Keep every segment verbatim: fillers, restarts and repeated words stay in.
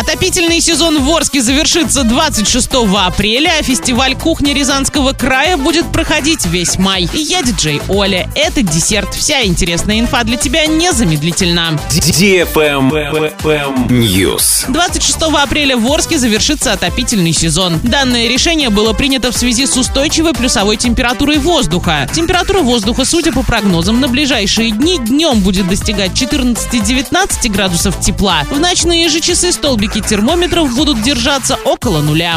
Отопительный сезон в Орске завершится двадцать шестого апреля, а фестиваль кухни Рязанского края будет проходить весь май. И я диджей Оля. Это десерт. Вся интересная инфа для тебя незамедлительно. News. двадцать шестого апреля в Орске завершится отопительный сезон. Данное решение было принято в связи с устойчивой плюсовой температурой воздуха. Температура воздуха, судя по прогнозам, на ближайшие дни днем будет достигать четырнадцать-девятнадцать градусов тепла. В ночные же часы столбики термометров будут держаться около нуля.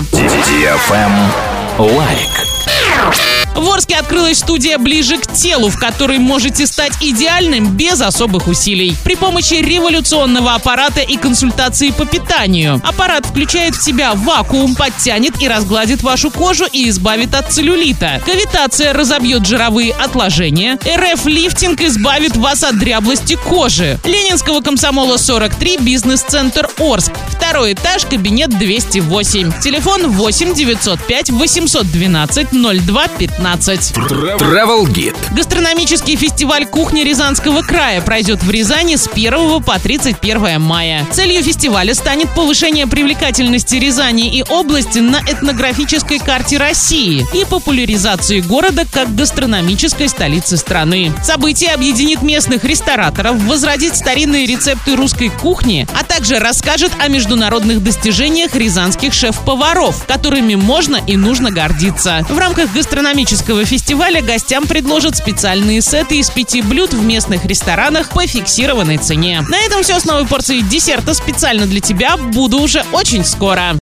Лайк. В Орске открылась студия «Ближе к телу», в которой можете стать идеальным без особых усилий. При помощи революционного аппарата и консультации по питанию. Аппарат включает в себя вакуум, подтянет и разгладит вашу кожу и избавит от целлюлита. Кавитация разобьет жировые отложения. эр эф-лифтинг избавит вас от дряблости кожи. Ленинского комсомола сорок три, бизнес-центр Орск. Второй этаж, кабинет двести восемь. Телефон восемь девятьсот пять восемьсот двенадцать ноль два пятнадцать. Travel Guide. Гастрономический фестиваль кухни Рязанского края пройдет в Рязани с первого по тридцать первое мая. Целью фестиваля станет повышение привлекательности Рязани и области на этнографической карте России и популяризации города как гастрономической столицы страны. Событие объединит местных рестораторов, возродит старинные рецепты русской кухни, а также расскажет о международных достижениях рязанских шеф-поваров, которыми можно и нужно гордиться. В рамках гастрономического фестиваля гостям предложат специальные сеты из пяти блюд в местных ресторанах по фиксированной цене. На этом все с новой порцией десерта специально для тебя. Буду уже очень скоро.